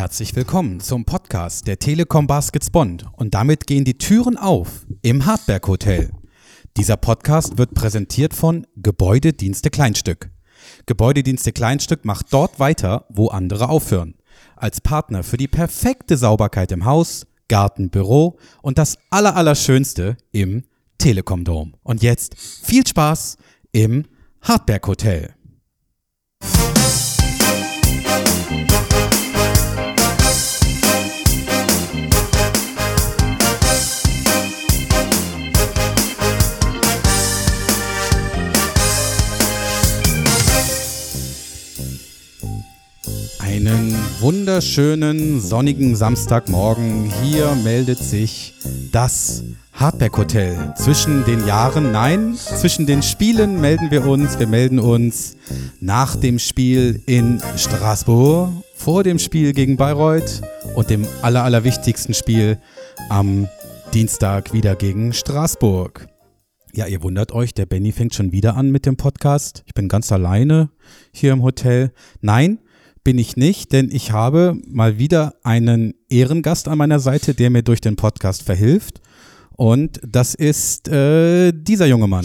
Herzlich willkommen zum Podcast der Telekom Baskets Bond und damit gehen die Türen auf im Hartberg Hotel. Dieser Podcast wird präsentiert von Gebäudedienste Kleinstück. Gebäudedienste Kleinstück macht dort weiter, wo andere aufhören. Als Partner für die perfekte Sauberkeit im Haus, Garten, Büro und das Allerschönste im Telekom Dome. Und jetzt viel Spaß im Hartberg Hotel. Einen wunderschönen sonnigen Samstagmorgen. Hier meldet sich das Hartberg Hotel. Zwischen den Spielen melden wir uns. Wir melden uns nach dem Spiel in Straßburg, vor dem Spiel gegen Bayreuth und dem allerwichtigsten Spiel am Dienstag wieder gegen Straßburg. Ja, ihr wundert euch, der Benny fängt schon wieder an mit dem Podcast. Ich bin ganz alleine hier im Hotel. Nein, bin ich nicht, denn ich habe mal wieder einen Ehrengast an meiner Seite, der mir durch den Podcast verhilft. Und das ist dieser junge Mann.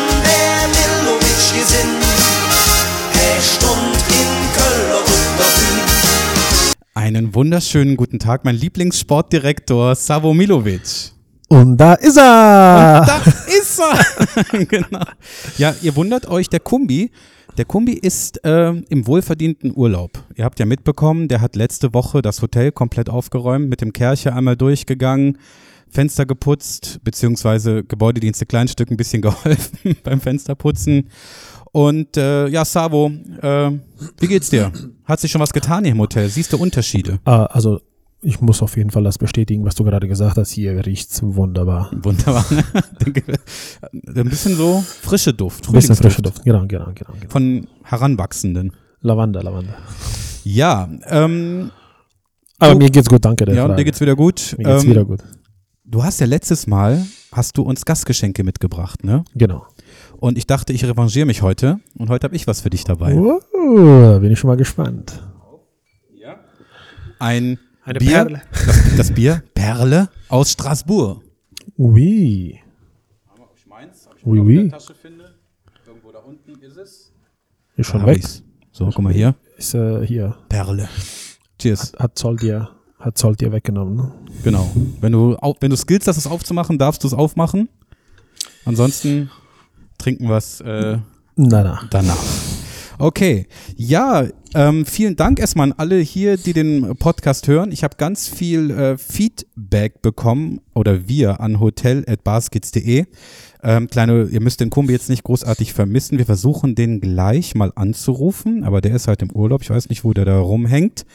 Einen wunderschönen guten Tag, mein Lieblingssportdirektor Savo Milovic. Und da ist er! Genau. Ja, ihr wundert euch, der Kumbi ist im wohlverdienten Urlaub. Ihr habt ja mitbekommen, der hat letzte Woche das Hotel komplett aufgeräumt, mit dem Kercher einmal durchgegangen, Fenster geputzt, beziehungsweise Gebäudedienste Kleinstück ein bisschen geholfen beim Fensterputzen. Und Savo, wie geht's dir? Hat sich schon was getan hier im Hotel? Siehst du Unterschiede? Also ich muss auf jeden Fall das bestätigen, was du gerade gesagt hast. Hier riecht's wunderbar. Wunderbar, ne? Ein bisschen so frische Duft. Ein bisschen frische Duft, genau. Von Heranwachsenden. Lavanda. Ja. Aber mir geht's gut, danke. Ja, und dir geht's wieder gut. Mir geht's wieder gut. Du hast ja letztes Mal, uns Gastgeschenke mitgebracht, ne? Genau. Und ich dachte, ich revanchiere mich heute. Und heute habe ich was für dich dabei. Bin ich schon mal gespannt. Ja. Eine Bier, Perle. Das Bier Perle aus Straßburg. Oui. Ob ich meins, in der Tasche finde. Irgendwo da unten ist es. Ist schon weg. So, guck mal hier. Ist hier. Perle. Cheers. Hat Zoll dir weggenommen, ne? Genau. Wenn du skillst, das aufzumachen, darfst du es aufmachen. Ansonsten trinken wir es danach. Okay, ja, vielen Dank erstmal an alle hier, die den Podcast hören. Ich habe ganz viel Feedback bekommen, oder wir an hotel@baskets.de. Ihr müsst den Kumbi jetzt nicht großartig vermissen. Wir versuchen den gleich mal anzurufen, aber der ist halt im Urlaub. Ich weiß nicht, wo der da rumhängt.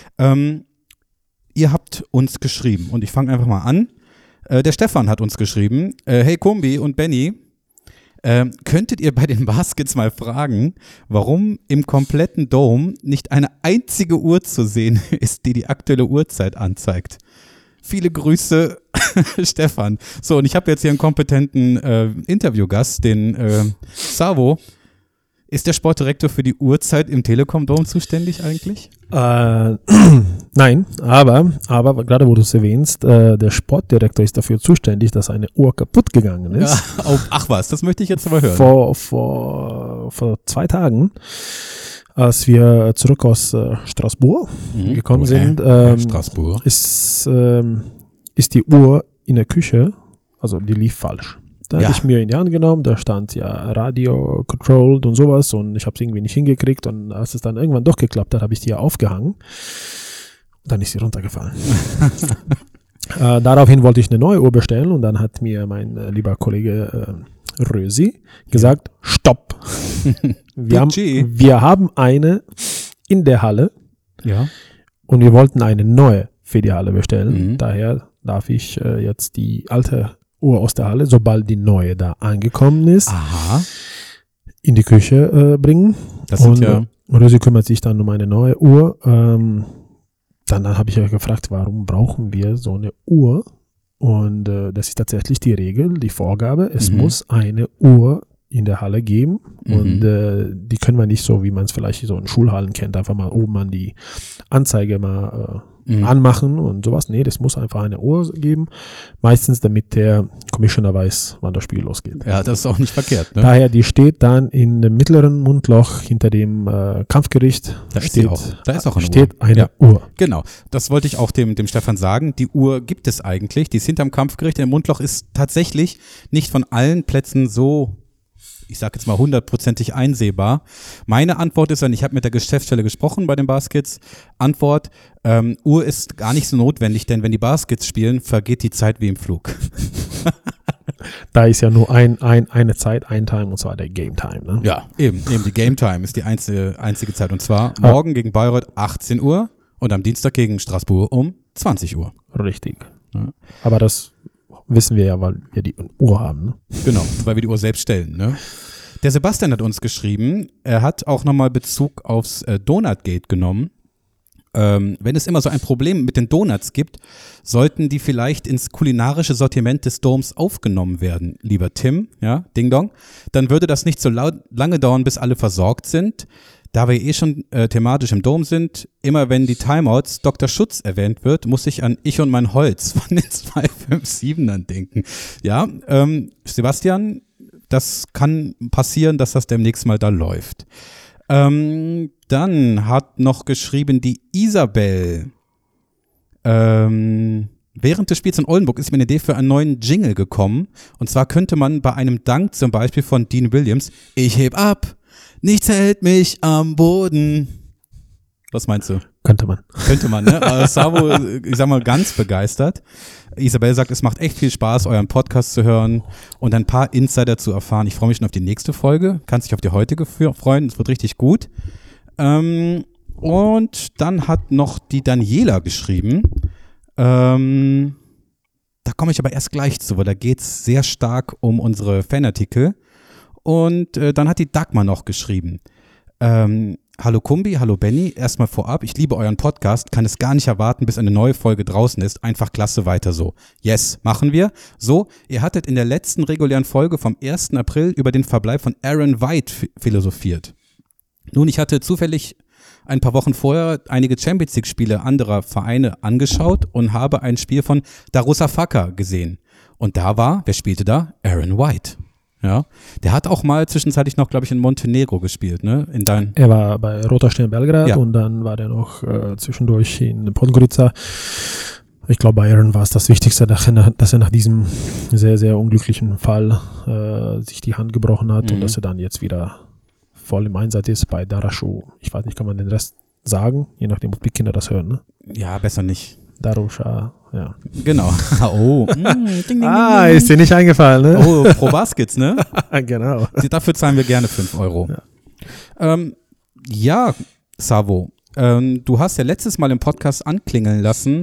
Ihr habt uns geschrieben und ich fange einfach mal an. Der Stefan hat uns geschrieben, hey Kumbi und Benny, könntet ihr bei den Baskets mal fragen, warum im kompletten Dome nicht eine einzige Uhr zu sehen ist, die aktuelle Uhrzeit anzeigt? Viele Grüße, Stefan. So, und ich habe jetzt hier einen kompetenten Interviewgast, den Savo. Ist der Sportdirektor für die Uhrzeit im Telekom Dome zuständig eigentlich? Nein, aber gerade wo du es erwähnst, der Sportdirektor ist dafür zuständig, dass eine Uhr kaputt gegangen ist. Ja, ach was, das möchte ich jetzt mal hören. Vor 2 Tagen, als wir zurück aus Straßburg gekommen sind, Straßburg. ist die Uhr in der Küche, also die lief falsch. Da hatte ich mir in die Hand genommen, da stand ja Radio controlled und sowas und ich habe es irgendwie nicht hingekriegt und als es dann irgendwann doch geklappt hat, habe ich die aufgehangen und dann ist sie runtergefallen. Daraufhin wollte ich eine neue Uhr bestellen und dann hat mir mein lieber Kollege Rösi gesagt, stopp, wir haben eine in der Halle und wir wollten eine neue für die Halle bestellen, daher darf ich jetzt die alte Uhr aus der Halle, sobald die neue da angekommen ist, in die Küche bringen. Rösi kümmert sich dann um eine neue Uhr. Dann habe ich ja gefragt, warum brauchen wir so eine Uhr? Und das ist tatsächlich die Regel, die Vorgabe. Es muss eine Uhr in der Halle geben und die können wir nicht so, wie man es vielleicht so in Schulhallen kennt, einfach mal oben an die Anzeige mal anmachen und sowas. Nee, das muss einfach eine Uhr geben, meistens damit der Commissioner weiß, wann das Spiel losgeht. Ja, das ist auch nicht verkehrt. Ne? Daher, die steht dann in dem mittleren Mundloch hinter dem Kampfgericht. Da ist auch eine steht Uhr. Eine Uhr. Genau, das wollte ich auch dem Stefan sagen. Die Uhr gibt es eigentlich, die ist hinterm Kampfgericht. Der Mundloch ist tatsächlich nicht von allen Plätzen so, ich sage jetzt mal 100%ig einsehbar. Meine Antwort ist dann, ich habe mit der Geschäftsstelle gesprochen bei den Baskets. Antwort, Uhr ist gar nicht so notwendig, denn wenn die Baskets spielen, vergeht die Zeit wie im Flug. Da ist ja nur eine Zeit, ein Time, und zwar der Game Time. Ne? Ja, eben die Game Time ist die einzige Zeit. Und zwar morgen gegen Bayreuth 18 Uhr und am Dienstag gegen Straßburg um 20 Uhr. Richtig. Ja. Aber das wissen wir ja, weil wir die Uhr haben. Ne? Genau, weil wir die Uhr selbst stellen. Ne? Der Sebastian hat uns geschrieben, er hat auch nochmal Bezug aufs Donutgate genommen. Wenn es immer so ein Problem mit den Donuts gibt, sollten die vielleicht ins kulinarische Sortiment des Doms aufgenommen werden, lieber Tim, ja, Ding Dong. Dann würde das nicht so lange dauern, bis alle versorgt sind. Da wir schon thematisch im Dom sind, immer wenn die Timeouts Dr. Schutz erwähnt wird, muss ich an Ich und mein Holz von den 257ern denken. Ja, Sebastian, das kann passieren, dass das demnächst mal da läuft. Dann hat noch geschrieben die Isabel, während des Spiels in Oldenburg ist mir eine Idee für einen neuen Jingle gekommen. Und zwar könnte man bei einem Dank zum Beispiel von Dean Williams, ich heb ab, nichts hält mich am Boden. Was meinst du? Könnte man, ne? Savo, ich sag mal, ganz begeistert. Isabel sagt, es macht echt viel Spaß, euren Podcast zu hören und ein paar Insider zu erfahren. Ich freue mich schon auf die nächste Folge. Kannst dich auf die heutige freuen. Es wird richtig gut. Und dann hat noch die Daniela geschrieben. Da komme ich aber erst gleich zu, weil da geht es sehr stark um unsere Fanartikel. Und dann hat die Dagmar noch geschrieben. Hallo Kumbi, hallo Benny, erstmal vorab, ich liebe euren Podcast, kann es gar nicht erwarten, bis eine neue Folge draußen ist, einfach klasse, weiter so. Yes, machen wir. So, ihr hattet in der letzten regulären Folge vom 1. April über den Verbleib von Aaron White philosophiert. Nun, ich hatte zufällig ein paar Wochen vorher einige Champions League Spiele anderer Vereine angeschaut und habe ein Spiel von Darusafaka gesehen. Und wer spielte da? Aaron White. Ja, der hat auch mal zwischenzeitlich noch, glaube ich, in Montenegro gespielt, ne? Er war bei Roter Stern Belgrad und dann war der noch zwischendurch in Podgorica. Ich glaube, bei Aaron war es das Wichtigste, dass er nach diesem sehr, sehr unglücklichen Fall sich die Hand gebrochen hat und dass er dann jetzt wieder voll im Einsatz ist bei Darashu. Ich weiß nicht, kann man den Rest sagen? Je nachdem, ob die Kinder das hören, ne? Ja, besser nicht. Darusha, ja. Genau. Oh. Ding, ding, ist dir nicht eingefallen, ne? Oh, Pro Baskets, ne? Genau. Dafür zahlen wir gerne 5 Euro. Ja, Savo, du hast ja letztes Mal im Podcast anklingen lassen,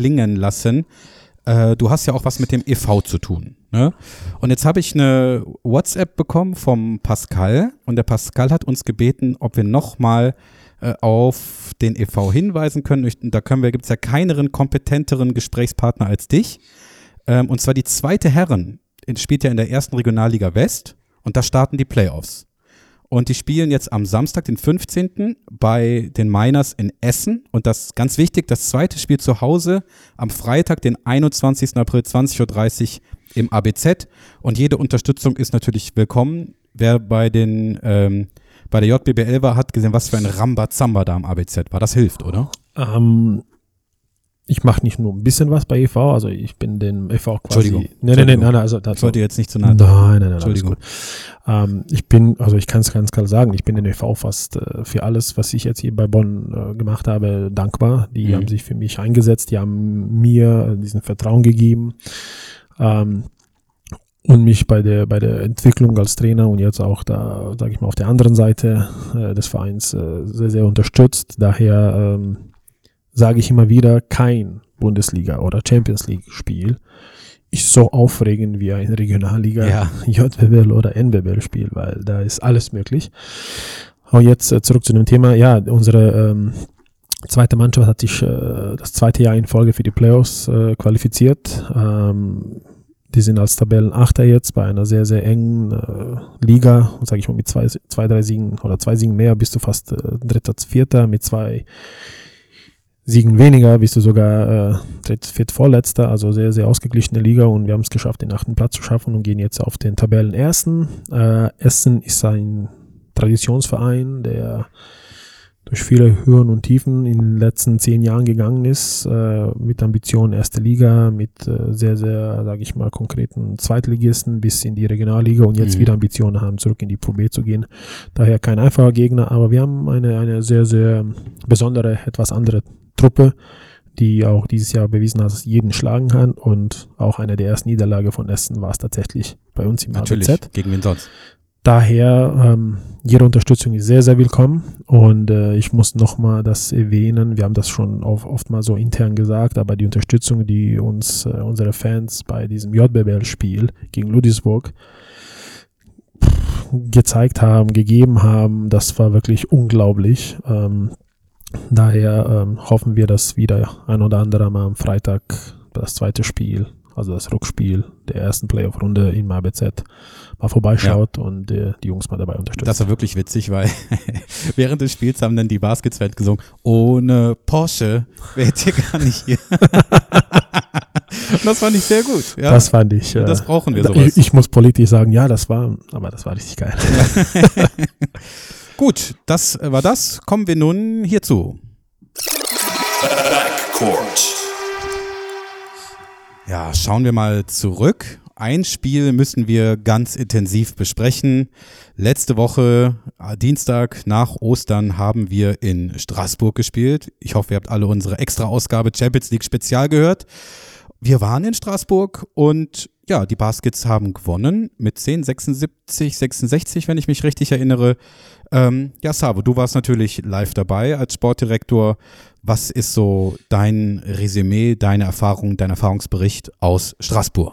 du hast ja auch was mit dem e.V. zu tun, ne? Und jetzt habe ich eine WhatsApp bekommen vom Pascal und der Pascal hat uns gebeten, ob wir nochmal auf den e.V. hinweisen können. Und da gibt es ja keinen kompetenteren Gesprächspartner als dich. Und zwar die zweite Herren spielt ja in der 1. Regionalliga West und da starten die Playoffs. Und die spielen jetzt am Samstag, den 15. bei den Miners in Essen. Und das ist ganz wichtig, das zweite Spiel zu Hause am Freitag, den 21. April, 20.30 Uhr im ABZ. Und jede Unterstützung ist natürlich willkommen. Wer bei der JBBL war, hat gesehen, was für ein Rambazamba da am ABZ war. Das hilft, oder? Ich mache nicht nur ein bisschen was bei e.V., also ich bin den e.V. quasi... Entschuldigung. Nein, also ich wollte jetzt nicht zu nahe. Nein, Entschuldigung. Ich kann es ganz klar sagen, ich bin den e.V. fast für alles, was ich jetzt hier bei Bonn gemacht habe, dankbar. Die haben sich für mich eingesetzt, die haben mir diesen Vertrauen gegeben und mich bei der Entwicklung als Trainer und jetzt auch da, sage ich mal, auf der anderen Seite des Vereins sehr, sehr unterstützt. Daher sage ich immer wieder, kein Bundesliga- oder Champions-League-Spiel ist so aufregend wie ein Regionalliga, JBL oder NBL-Spiel, weil da ist alles möglich. Und jetzt zurück zu dem Thema. Ja, unsere zweite Mannschaft hat sich das zweite Jahr in Folge für die Playoffs qualifiziert. Die sind als Tabellenachter jetzt bei einer sehr, sehr engen Liga, sage ich mal, mit zwei, drei Siegen oder 2 Siegen mehr bist du fast Dritter, Vierter, mit 2 Siegen weniger bist du sogar Vorletzter, also sehr, sehr ausgeglichene Liga und wir haben es geschafft, den 8. Platz zu schaffen und gehen jetzt auf den Tabellenersten. Essen ist ein Traditionsverein, der durch viele Höhen und Tiefen in den letzten 10 Jahren gegangen ist, mit Ambitionen erste Liga, mit sehr, sehr, sage ich mal, konkreten Zweitligisten bis in die Regionalliga und jetzt wieder Ambitionen haben, zurück in die Pro B zu gehen. Daher kein einfacher Gegner, aber wir haben eine sehr, sehr besondere, etwas andere Truppe, die auch dieses Jahr bewiesen hat, dass jeden schlagen kann und auch eine der ersten Niederlage von Essen war es tatsächlich bei uns im Natürlich, ABZ. gegen wen sonst? Daher, jede Unterstützung ist sehr, sehr willkommen und ich muss nochmal das erwähnen, wir haben das schon oft mal so intern gesagt, aber die Unterstützung, die uns unsere Fans bei diesem JBL-Spiel gegen Ludwigsburg gezeigt haben, gegeben haben, das war wirklich unglaublich. Daher hoffen wir, dass wieder ein oder andere mal am Freitag das zweite Spiel, also das Rückspiel der ersten Playoff-Runde im ABZ mal vorbeischaut und die Jungs mal dabei unterstützt. Das war wirklich witzig, weil während des Spiels haben dann die Baskets-Fans gesungen, ohne Porsche wärt ihr gar nicht hier. Das fand ich sehr gut. Ja. Das fand ich. Das brauchen wir sowas. Ich muss politisch sagen, ja, das war richtig geil. Gut, das war das. Kommen wir nun hierzu. Backcourt. Ja, schauen wir mal zurück. Ein Spiel müssen wir ganz intensiv besprechen. Letzte Woche, Dienstag nach Ostern, haben wir in Straßburg gespielt. Ich hoffe, ihr habt alle unsere Extra-Ausgabe Champions League Spezial gehört. Wir waren in Straßburg und ja, die Baskets haben gewonnen mit 10-76, wenn ich mich richtig erinnere. Ja, Savo, du warst natürlich live dabei als Sportdirektor. Was ist so dein Resümee, deine Erfahrung, dein Erfahrungsbericht aus Straßburg?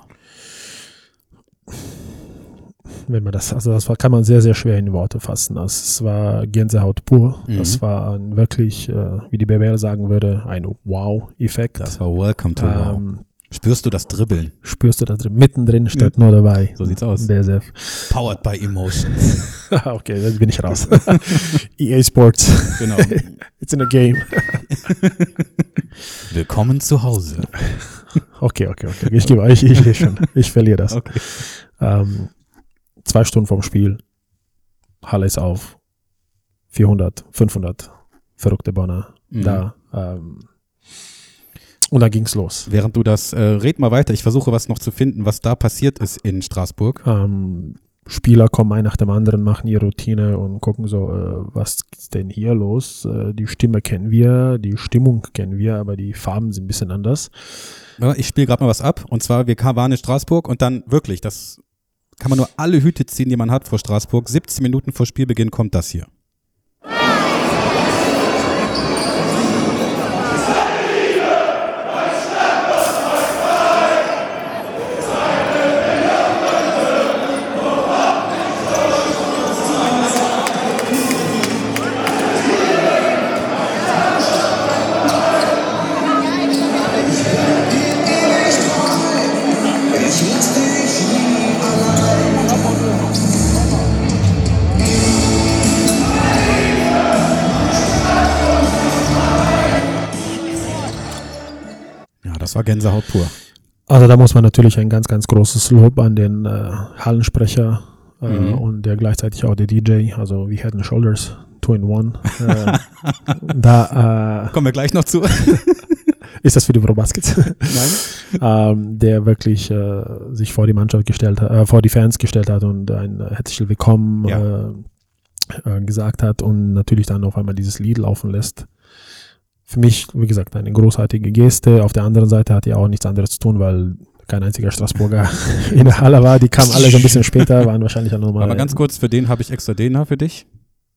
Das kann man sehr, sehr schwer in Worte fassen. Es war Gänsehaut pur. Das war ein wirklich, wie die BWL sagen würde, ein Wow-Effekt. Das war Welcome to Wow. Spürst du das Dribbeln? Mittendrin steht nur dabei. So sieht's aus. Sehr, sehr. Powered by Emotions. Okay, dann bin ich raus. EA Sports. Genau. It's in a game. Willkommen zu Hause. Okay. Ich verliere das. Okay. 2 Stunden vorm Spiel. Halle ist auf. 400, 500 verrückte Bonner da. Und dann ging's los. Während du das, red mal weiter. Ich versuche was noch zu finden, was da passiert ist in Straßburg. Spieler kommen ein nach dem anderen, machen ihre Routine und gucken so, was ist denn hier los? Die Stimme kennen wir, die Stimmung kennen wir, aber die Farben sind ein bisschen anders. Ich spiele gerade mal was ab. Und zwar, wir waren in Straßburg und dann wirklich, das kann man nur alle Hüte ziehen, die man hat vor Straßburg. 17 Minuten vor Spielbeginn kommt das hier. Das war Gänsehaut pur. Also da muss man natürlich ein ganz, ganz großes Lob an den Hallensprecher und der gleichzeitig auch der DJ, also wie Head and Shoulders, 2-in-1. Kommen wir gleich noch zu. Ist das für die Pro Baskets? Nein. Der wirklich sich vor die Mannschaft gestellt hat, vor die Fans gestellt hat und ein herzliches Willkommen gesagt hat und natürlich dann auf einmal dieses Lied laufen lässt. Für mich, wie gesagt, eine großartige Geste. Auf der anderen Seite hat ja auch nichts anderes zu tun, weil kein einziger Straßburger in der Halle war. Die kamen alle so ein bisschen später, waren wahrscheinlich auch nochmal. Aber ganz kurz, für den habe ich extra den für dich.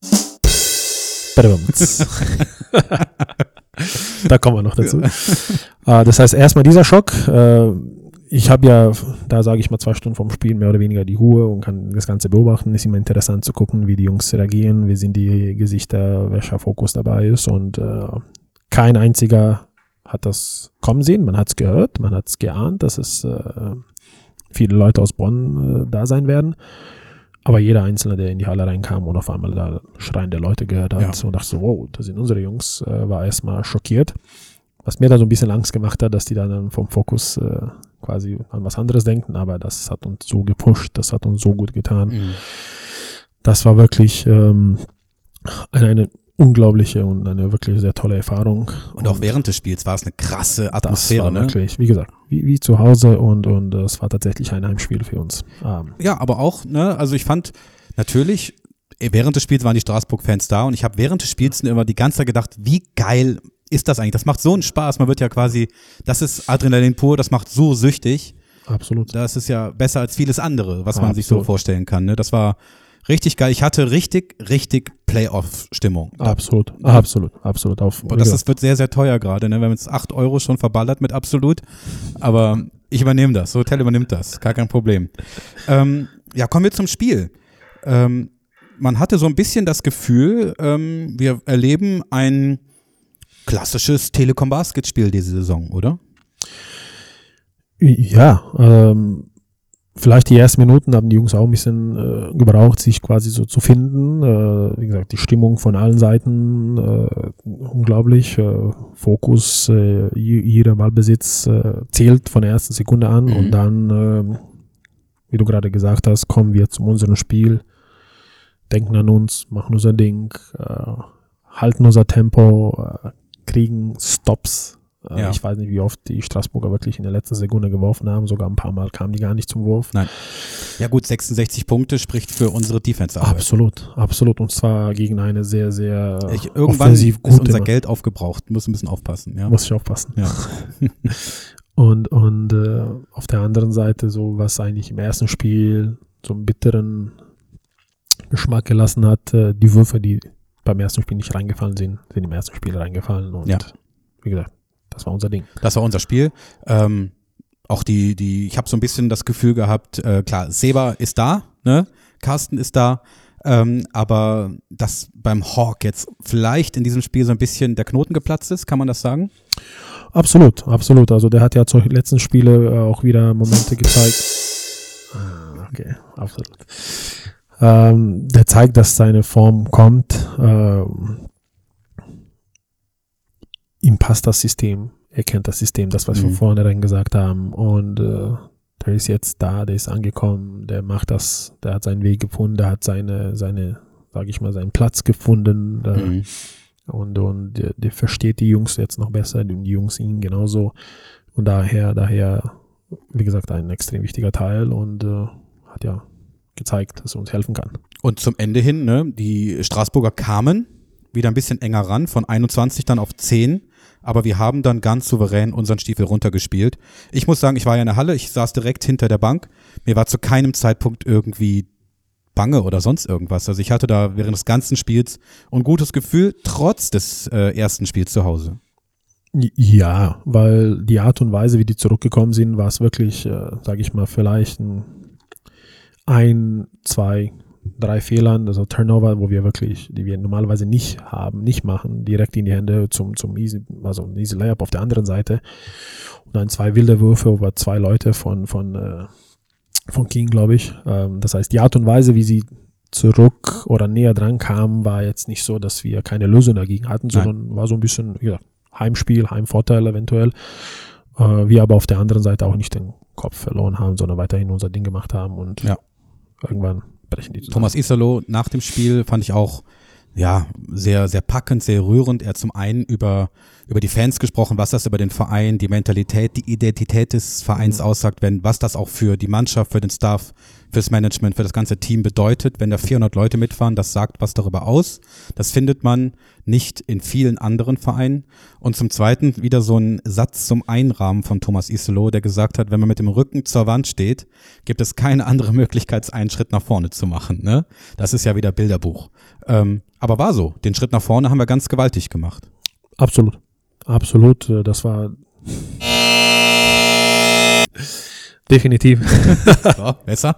Da kommen wir noch dazu. Das heißt, erstmal dieser Schock. Ich habe ja, da sage ich mal 2 Stunden vorm Spiel mehr oder weniger die Ruhe und kann das Ganze beobachten. Ist immer interessant zu gucken, wie die Jungs reagieren, wie sind die Gesichter, welcher Fokus dabei ist und kein einziger hat das kommen sehen. Man hat es gehört, man hat es geahnt, dass es viele Leute aus Bonn da sein werden. Aber jeder Einzelne, der in die Halle reinkam und auf einmal da schreiende Leute gehört hat und dachte so, wow, das sind unsere Jungs, war erstmal schockiert. Was mir da so ein bisschen Angst gemacht hat, dass die dann vom Fokus quasi an was anderes denken, aber das hat uns so gepusht, das hat uns so gut getan. Mhm. Das war wirklich eine unglaubliche und eine wirklich sehr tolle Erfahrung. Und auch während des Spiels war es eine krasse Atmosphäre. Das war wirklich, wie gesagt, wie zu Hause und es war tatsächlich ein Heimspiel für uns. Ja, aber auch, ne, also ich fand natürlich, während des Spiels waren die Straßburg-Fans da und ich habe während des Spiels immer die ganze Zeit gedacht, wie geil ist das eigentlich? Das macht so einen Spaß, man wird ja quasi, das ist Adrenalin pur, das macht so süchtig. Absolut. Das ist ja besser als vieles andere, was man sich so vorstellen kann. Ne? Das war richtig geil. Ich hatte richtig Playoff-Stimmung. Absolut. Das wird sehr, sehr teuer gerade. Ne? Wir haben jetzt 8 € schon verballert mit Absolut. Aber ich übernehme das. Das Hotel übernimmt das. Gar kein Problem. Ja, kommen wir zum Spiel. Man hatte so ein bisschen das Gefühl, wir erleben ein klassisches Telekom-Basketspiel diese Saison, oder? Ja, vielleicht die ersten Minuten haben die Jungs auch ein bisschen gebraucht, sich quasi so zu finden. Wie gesagt, die Stimmung von allen Seiten unglaublich. Fokus, jeder Ballbesitz zählt von der ersten Sekunde an und dann, wie du gerade gesagt hast, kommen wir zu unserem Spiel, denken an uns, machen unser Ding, halten unser Tempo, kriegen Stops. Ja. Ich weiß nicht, wie oft die Straßburger wirklich in der letzten Sekunde geworfen haben. Sogar ein paar Mal kamen die gar nicht zum Wurf. Nein. Ja gut, 66 Punkte spricht für unsere Defense-Arbeit. Absolut. Und zwar gegen eine sehr, sehr irgendwann offensiv gute. Ist unser Geld aufgebraucht. Muss ein bisschen aufpassen. Ja. Muss ich aufpassen. Ja. und auf der anderen Seite, so was eigentlich im ersten Spiel so einen bitteren Geschmack gelassen hat, die Würfe, die beim ersten Spiel nicht reingefallen sind im ersten Spiel reingefallen. Und wie gesagt, das war unser Ding. Das war unser Spiel. Auch ich habe so ein bisschen das Gefühl gehabt, klar, Seba ist da, ne? Carsten ist da, aber dass beim Hawk jetzt vielleicht in diesem Spiel so ein bisschen der Knoten geplatzt ist, kann man das sagen? Absolut. Also der hat ja zur letzten Spiele auch wieder Momente gezeigt. Okay, absolut. Der zeigt, dass seine Form kommt. Ihm passt das System. Er kennt das System, das, was wir von vornherein gesagt haben. Und der ist jetzt da, der ist angekommen, der macht das, der hat seinen Weg gefunden, der hat seine, sage ich mal, seinen Platz gefunden. Und der versteht die Jungs jetzt noch besser, die Jungs ihn genauso. Und daher, wie gesagt, ein extrem wichtiger Teil und hat ja gezeigt, dass er uns helfen kann. Und zum Ende hin, ne, die Straßburger kamen wieder ein bisschen enger ran, von 21 dann auf 10, aber wir haben dann ganz souverän unseren Stiefel runtergespielt. Ich muss sagen, ich war ja in der Halle, ich saß direkt hinter der Bank, mir war zu keinem Zeitpunkt irgendwie bange oder sonst irgendwas. Also ich hatte da während des ganzen Spiels ein gutes Gefühl, trotz des ersten Spiels zu Hause. Ja, weil die Art und Weise, wie die zurückgekommen sind, war es wirklich, sage ich mal, vielleicht ein, zwei, 3 Fehlern, also Turnover, die wir normalerweise nicht machen, direkt in die Hände zum easy, also ein easy Layup auf der anderen Seite. Und dann 2 wilde Würfe über 2 Leute von King, glaube ich. Das heißt, die Art und Weise, wie sie zurück oder näher dran kamen, war jetzt nicht so, dass wir keine Lösung dagegen hatten, sondern war so ein bisschen Heimspiel, Heimvorteil eventuell. Wir aber auf der anderen Seite auch nicht den Kopf verloren haben, sondern weiterhin unser Ding gemacht haben und irgendwann brechen die zusammen. Thomas Isalo nach dem Spiel fand ich auch sehr, sehr packend, sehr rührend. Er hat zum einen über die Fans gesprochen, was das über den Verein, die Mentalität, die Identität des Vereins aussagt, was das auch für die Mannschaft, für den Staff, fürs Management, für das ganze Team bedeutet, wenn da 400 Leute mitfahren, das sagt was darüber aus. Das findet man nicht in vielen anderen Vereinen. Und zum Zweiten wieder so ein Satz zum Einrahmen von Thomas Isalo, der gesagt hat, wenn man mit dem Rücken zur Wand steht, gibt es keine andere Möglichkeit, einen Schritt nach vorne zu machen. Ne? Das ist ja wieder Bilderbuch. Aber war so. Den Schritt nach vorne haben wir ganz gewaltig gemacht. Absolut. Das war definitiv so, besser.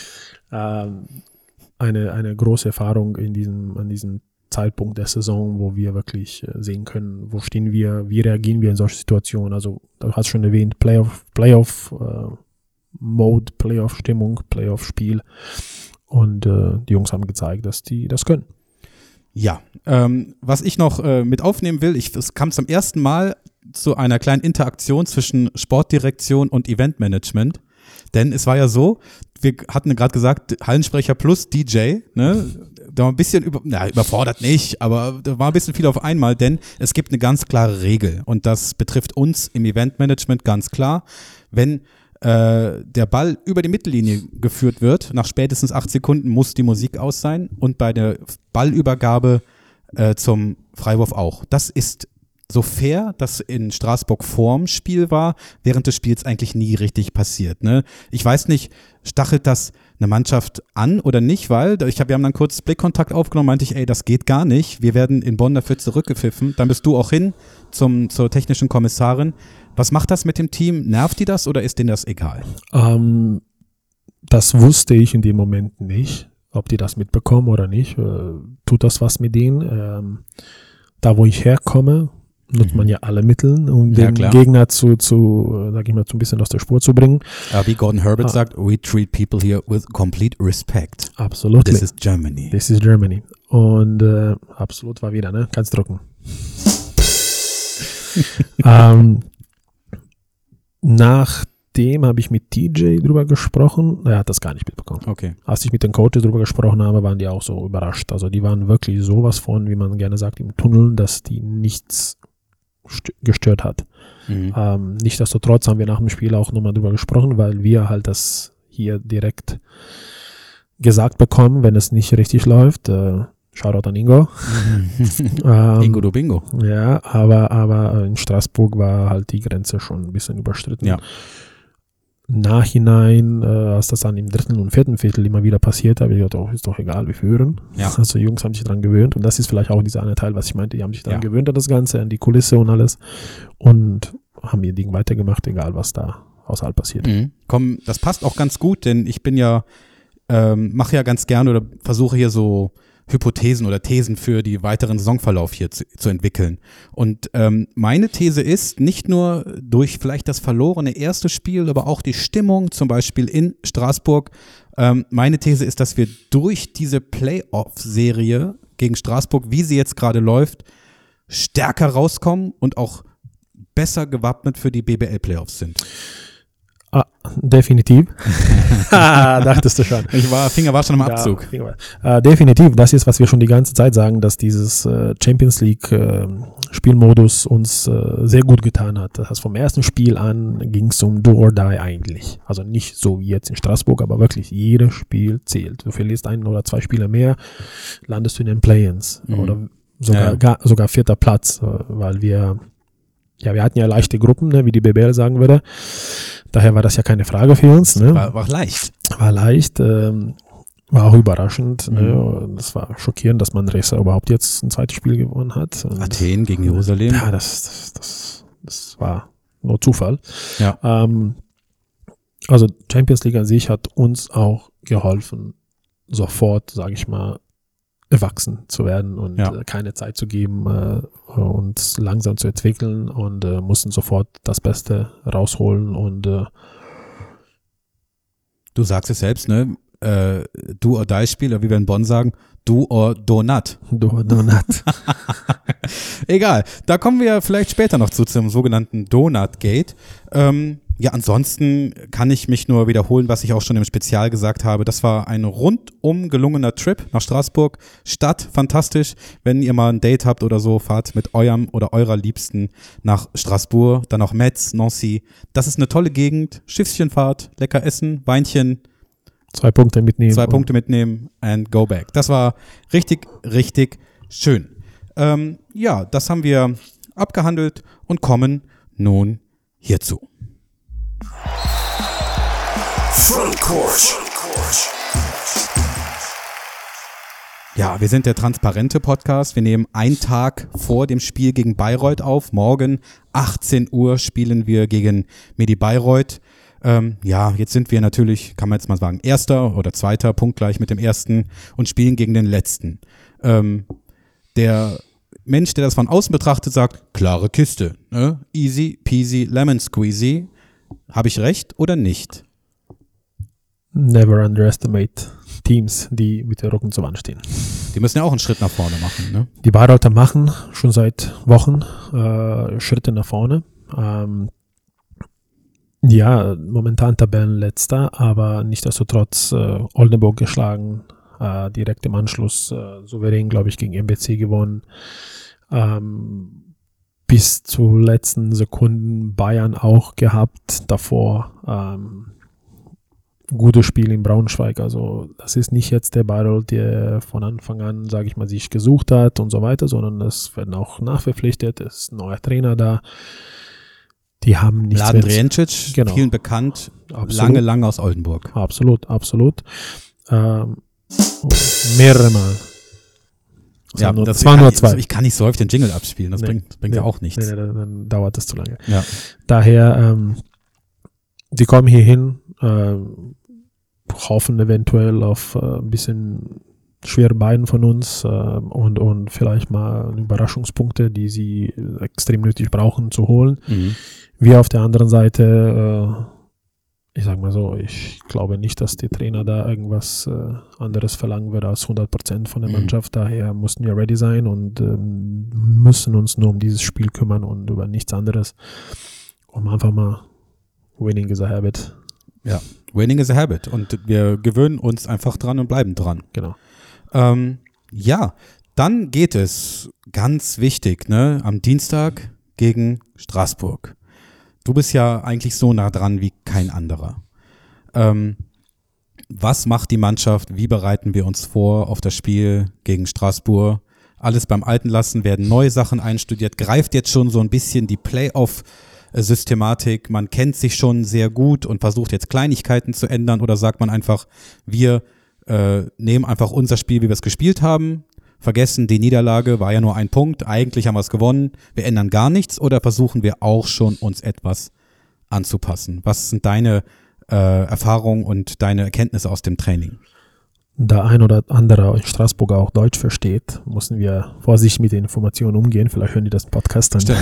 Eine große Erfahrung an diesem Zeitpunkt der Saison, wo wir wirklich sehen können, wo stehen wir, wie reagieren wir in solchen Situationen. Also du hast schon erwähnt, Playoff Playoff-Mode, Playoff-Stimmung, Playoff-Spiel. Und die Jungs haben gezeigt, dass die das können. Ja, was ich noch mit aufnehmen will, es kam zum ersten Mal zu einer kleinen Interaktion zwischen Sportdirektion und Eventmanagement. Denn es war ja so, wir hatten gerade gesagt, Hallensprecher plus DJ, ne? Da war ein bisschen überfordert nicht, aber da war ein bisschen viel auf einmal, denn es gibt eine ganz klare Regel und das betrifft uns im Eventmanagement ganz klar. Wenn der Ball über die Mittellinie geführt wird, nach spätestens 8 Sekunden muss die Musik aus sein und bei der Ballübergabe zum Freiwurf auch. Das ist so fair, dass in Straßburg vorm Spiel war, während des Spiels eigentlich nie richtig passiert. Ne? Ich weiß nicht, stachelt das eine Mannschaft an oder nicht, weil wir haben dann kurz Blickkontakt aufgenommen, meinte ich, das geht gar nicht, wir werden in Bonn dafür zurückgepfiffen. Dann bist du auch hin zur technischen Kommissarin. Was macht das mit dem Team? Nervt die das oder ist denen das egal? Das wusste ich in dem Moment nicht, ob die das mitbekommen oder nicht. Tut das was mit denen? Da, wo ich herkomme, nutzt man ja alle Mittel, um den Gegner sag ich mal, so ein bisschen aus der Spur zu bringen. Wie Gordon Herbert sagt, we treat people here with complete respect. Absolut. This is Germany. This is Germany. Und absolut war wieder, ne? Kannst drucken. Nachdem habe ich mit TJ drüber gesprochen. Er hat das gar nicht mitbekommen. Okay. Als ich mit den Coaches drüber gesprochen habe, waren die auch so überrascht. Also die waren wirklich sowas von, wie man gerne sagt, im Tunnel, dass die nichts gestört hat. Nichtsdestotrotz haben wir nach dem Spiel auch nochmal drüber gesprochen, weil wir halt das hier direkt gesagt bekommen, wenn es nicht richtig läuft. Shoutout an Ingo. Ingo du Bingo. Ja, aber in Straßburg war halt die Grenze schon ein bisschen überstritten. Ja. Nachhinein, als das dann im 3. und 4. Viertel immer wieder passiert, habe ich gedacht, ist doch egal, wir führen. Ja. Also die Jungs haben sich daran gewöhnt und das ist vielleicht auch dieser eine Teil, was ich meinte, die haben sich daran gewöhnt an das Ganze, an die Kulisse und alles und haben ihr Ding weitergemacht, egal was da außerhalb passiert. Komm, das passt auch ganz gut, denn ich bin ja, mache ja ganz gerne oder versuche hier so Hypothesen oder Thesen für die weiteren Saisonverlauf hier zu entwickeln. Und meine These ist, nicht nur durch vielleicht das verlorene erste Spiel, aber auch die Stimmung, zum Beispiel in Straßburg. Meine These ist, dass wir durch diese Playoff-Serie gegen Straßburg, wie sie jetzt gerade läuft, stärker rauskommen und auch besser gewappnet für die BBL-Playoffs sind. Definitiv. Dachtest du schon. Finger war schon im Abzug. Definitiv. Das ist, was wir schon die ganze Zeit sagen, dass dieses Champions League Spielmodus uns sehr gut getan hat. Das heißt, vom ersten Spiel an ging es um Do or Die eigentlich. Also nicht so wie jetzt in Straßburg, aber wirklich jedes Spiel zählt. Du verlierst 1 oder 2 Spiele mehr, landest du in den Play-ins oder sogar 4. Platz, weil wir hatten ja leichte Gruppen, ne, wie die BBL sagen würde. Daher war das ja keine Frage für uns. Ne? War leicht. War leicht, war auch überraschend. Ne? Das war schockierend, dass Manresa überhaupt jetzt ein zweites Spiel gewonnen hat. Und Athen gegen Jerusalem. Ja, das war nur Zufall. Ja. Also Champions League an sich hat uns auch geholfen, sofort, sage ich mal, erwachsen zu werden und keine Zeit zu geben, uns langsam zu entwickeln und mussten sofort das Beste rausholen und du sagst es selbst, ne? Do or Die Spieler, wie wir in Bonn sagen, Do or Donut. Do or Donut. Egal, da kommen wir vielleicht später noch zum sogenannten Donut Gate. Ansonsten kann ich mich nur wiederholen, was ich auch schon im Spezial gesagt habe. Das war ein rundum gelungener Trip nach Straßburg. Stadt, fantastisch. Wenn ihr mal ein Date habt oder so, fahrt mit eurem oder eurer Liebsten nach Straßburg, dann auch Metz, Nancy. Das ist eine tolle Gegend. Schiffschenfahrt, lecker essen, Weinchen. 2 Punkte mitnehmen. 2 Punkte mitnehmen and go back. Das war richtig, richtig schön. Das haben wir abgehandelt und kommen nun hierzu. Frontcourt. Ja, wir sind der transparente Podcast. Wir nehmen einen Tag vor dem Spiel gegen Bayreuth auf. Morgen 18 Uhr spielen wir gegen Medi Bayreuth. Jetzt sind wir natürlich, kann man jetzt mal sagen, 1. oder 2. punktgleich mit dem 1. und spielen gegen den letzten. Der Mensch, der das von außen betrachtet, sagt, klare Kiste. Ne? Easy peasy lemon squeezy. Habe ich recht oder nicht? never underestimate Teams, die mit der Rücken zur Wand stehen. Die müssen ja auch einen Schritt nach vorne machen, ne? Die Bayreuther machen schon seit Wochen Schritte nach vorne. Ja, momentan Tabellenletzter, aber nichtsdestotrotz Oldenburg geschlagen, direkt im Anschluss souverän, glaube ich, gegen MBC gewonnen. Bis zu letzten Sekunden Bayern auch gehabt, davor gutes Spiel in Braunschweig, also das ist nicht jetzt der Bayreuth, der von Anfang an, sage ich mal, sich gesucht hat und so weiter, sondern es werden auch nachverpflichtet, es ist ein neuer Trainer da, die haben nichts Mladen Drijancic, genau. Vielen bekannt, absolut. lange aus Oldenburg. Absolut. Mehrere Mal. Das war nur 2. Ich kann nicht so häufig den Jingle abspielen, das bringt ja auch nichts. Nee, dann dauert das zu lange. Ja. Daher, die kommen hier hin, hoffen eventuell auf ein bisschen schwere Beine von uns und vielleicht mal Überraschungspunkte, die sie extrem nötig brauchen, zu holen. Mhm. Wir auf der anderen Seite, ich sag mal so, ich glaube nicht, dass die Trainer da irgendwas anderes verlangen wird als 100% von der Mannschaft. Daher mussten wir ready sein und müssen uns nur um dieses Spiel kümmern und über nichts anderes, um einfach mal winning is a habit. Ja, winning is a habit und wir gewöhnen uns einfach dran und bleiben dran. Genau. Ja, dann geht es, ganz wichtig, ne, am Dienstag gegen Straßburg. Du bist ja eigentlich so nah dran wie kein anderer. Was macht die Mannschaft? Wie bereiten wir uns vor auf das Spiel gegen Straßburg? Alles beim Alten lassen, werden neue Sachen einstudiert. Greift jetzt schon so ein bisschen die Playoff-Systematik. Man kennt sich schon sehr gut und versucht jetzt Kleinigkeiten zu ändern, oder sagt man einfach, wir nehmen einfach unser Spiel, wie wir es gespielt haben, vergessen, die Niederlage war ja nur ein Punkt, eigentlich haben wir es gewonnen, wir ändern gar nichts, oder versuchen wir auch schon, uns etwas anzupassen? Was sind deine Erfahrungen und deine Erkenntnisse aus dem Training? Da ein oder andere in Straßburg auch Deutsch versteht, müssen wir vorsichtig mit den Informationen umgehen. Vielleicht hören die das Podcast dann.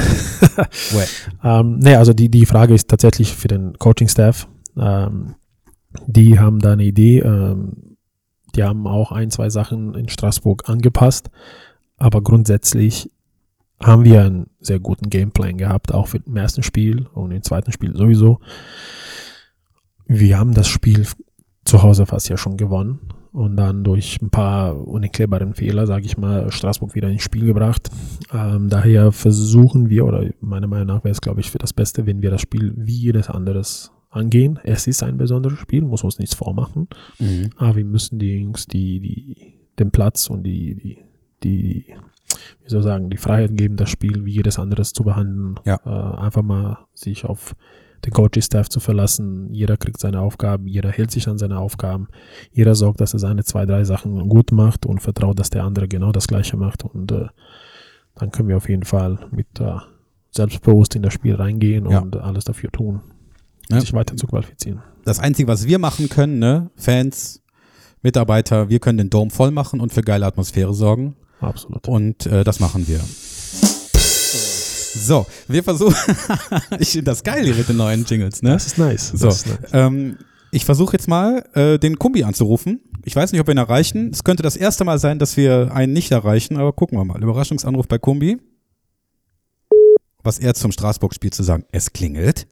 Also die Frage ist tatsächlich für den Coaching-Staff. Die haben da eine Idee. Die haben auch 1-2 Sachen in Straßburg angepasst. Aber grundsätzlich haben wir einen sehr guten Gameplan gehabt, auch für im ersten Spiel und im zweiten Spiel sowieso. Wir haben das Spiel zu Hause fast ja schon gewonnen und dann durch ein paar unerklärbaren Fehler, sage ich mal, Straßburg wieder ins Spiel gebracht. Daher versuchen wir, oder meiner Meinung nach wäre es, glaube ich, für das Beste, wenn wir das Spiel wie jedes anderes angehen. Es ist ein besonderes Spiel, muss uns nichts vormachen, aber wir müssen die Jungs den Platz und die wie soll ich sagen, die Freiheit geben, das Spiel wie jedes anderes zu behandeln. Ja. Einfach mal sich auf den Coaching-Staff zu verlassen. Jeder kriegt seine Aufgaben, jeder hält sich an seine Aufgaben, jeder sorgt, dass er seine 2-3 Sachen gut macht und vertraut, dass der andere genau das Gleiche macht, und dann können wir auf jeden Fall mit selbstbewusst in das Spiel reingehen und alles dafür tun, sich weiter zu qualifizieren. Das Einzige, was wir machen können, ne, Fans, Mitarbeiter, wir können den Dome voll machen und für geile Atmosphäre sorgen. Absolut. Und das machen wir. So, wir versuchen, ich finde das geil hier mit den neuen Jingles, ne? Das ist nice. Ich versuche jetzt mal, den Kumbi anzurufen. Ich weiß nicht, ob wir ihn erreichen. Es könnte das erste Mal sein, dass wir einen nicht erreichen, aber gucken wir mal. Überraschungsanruf bei Kumbi. Was er zum Straßburg-Spiel zu sagen. Es klingelt.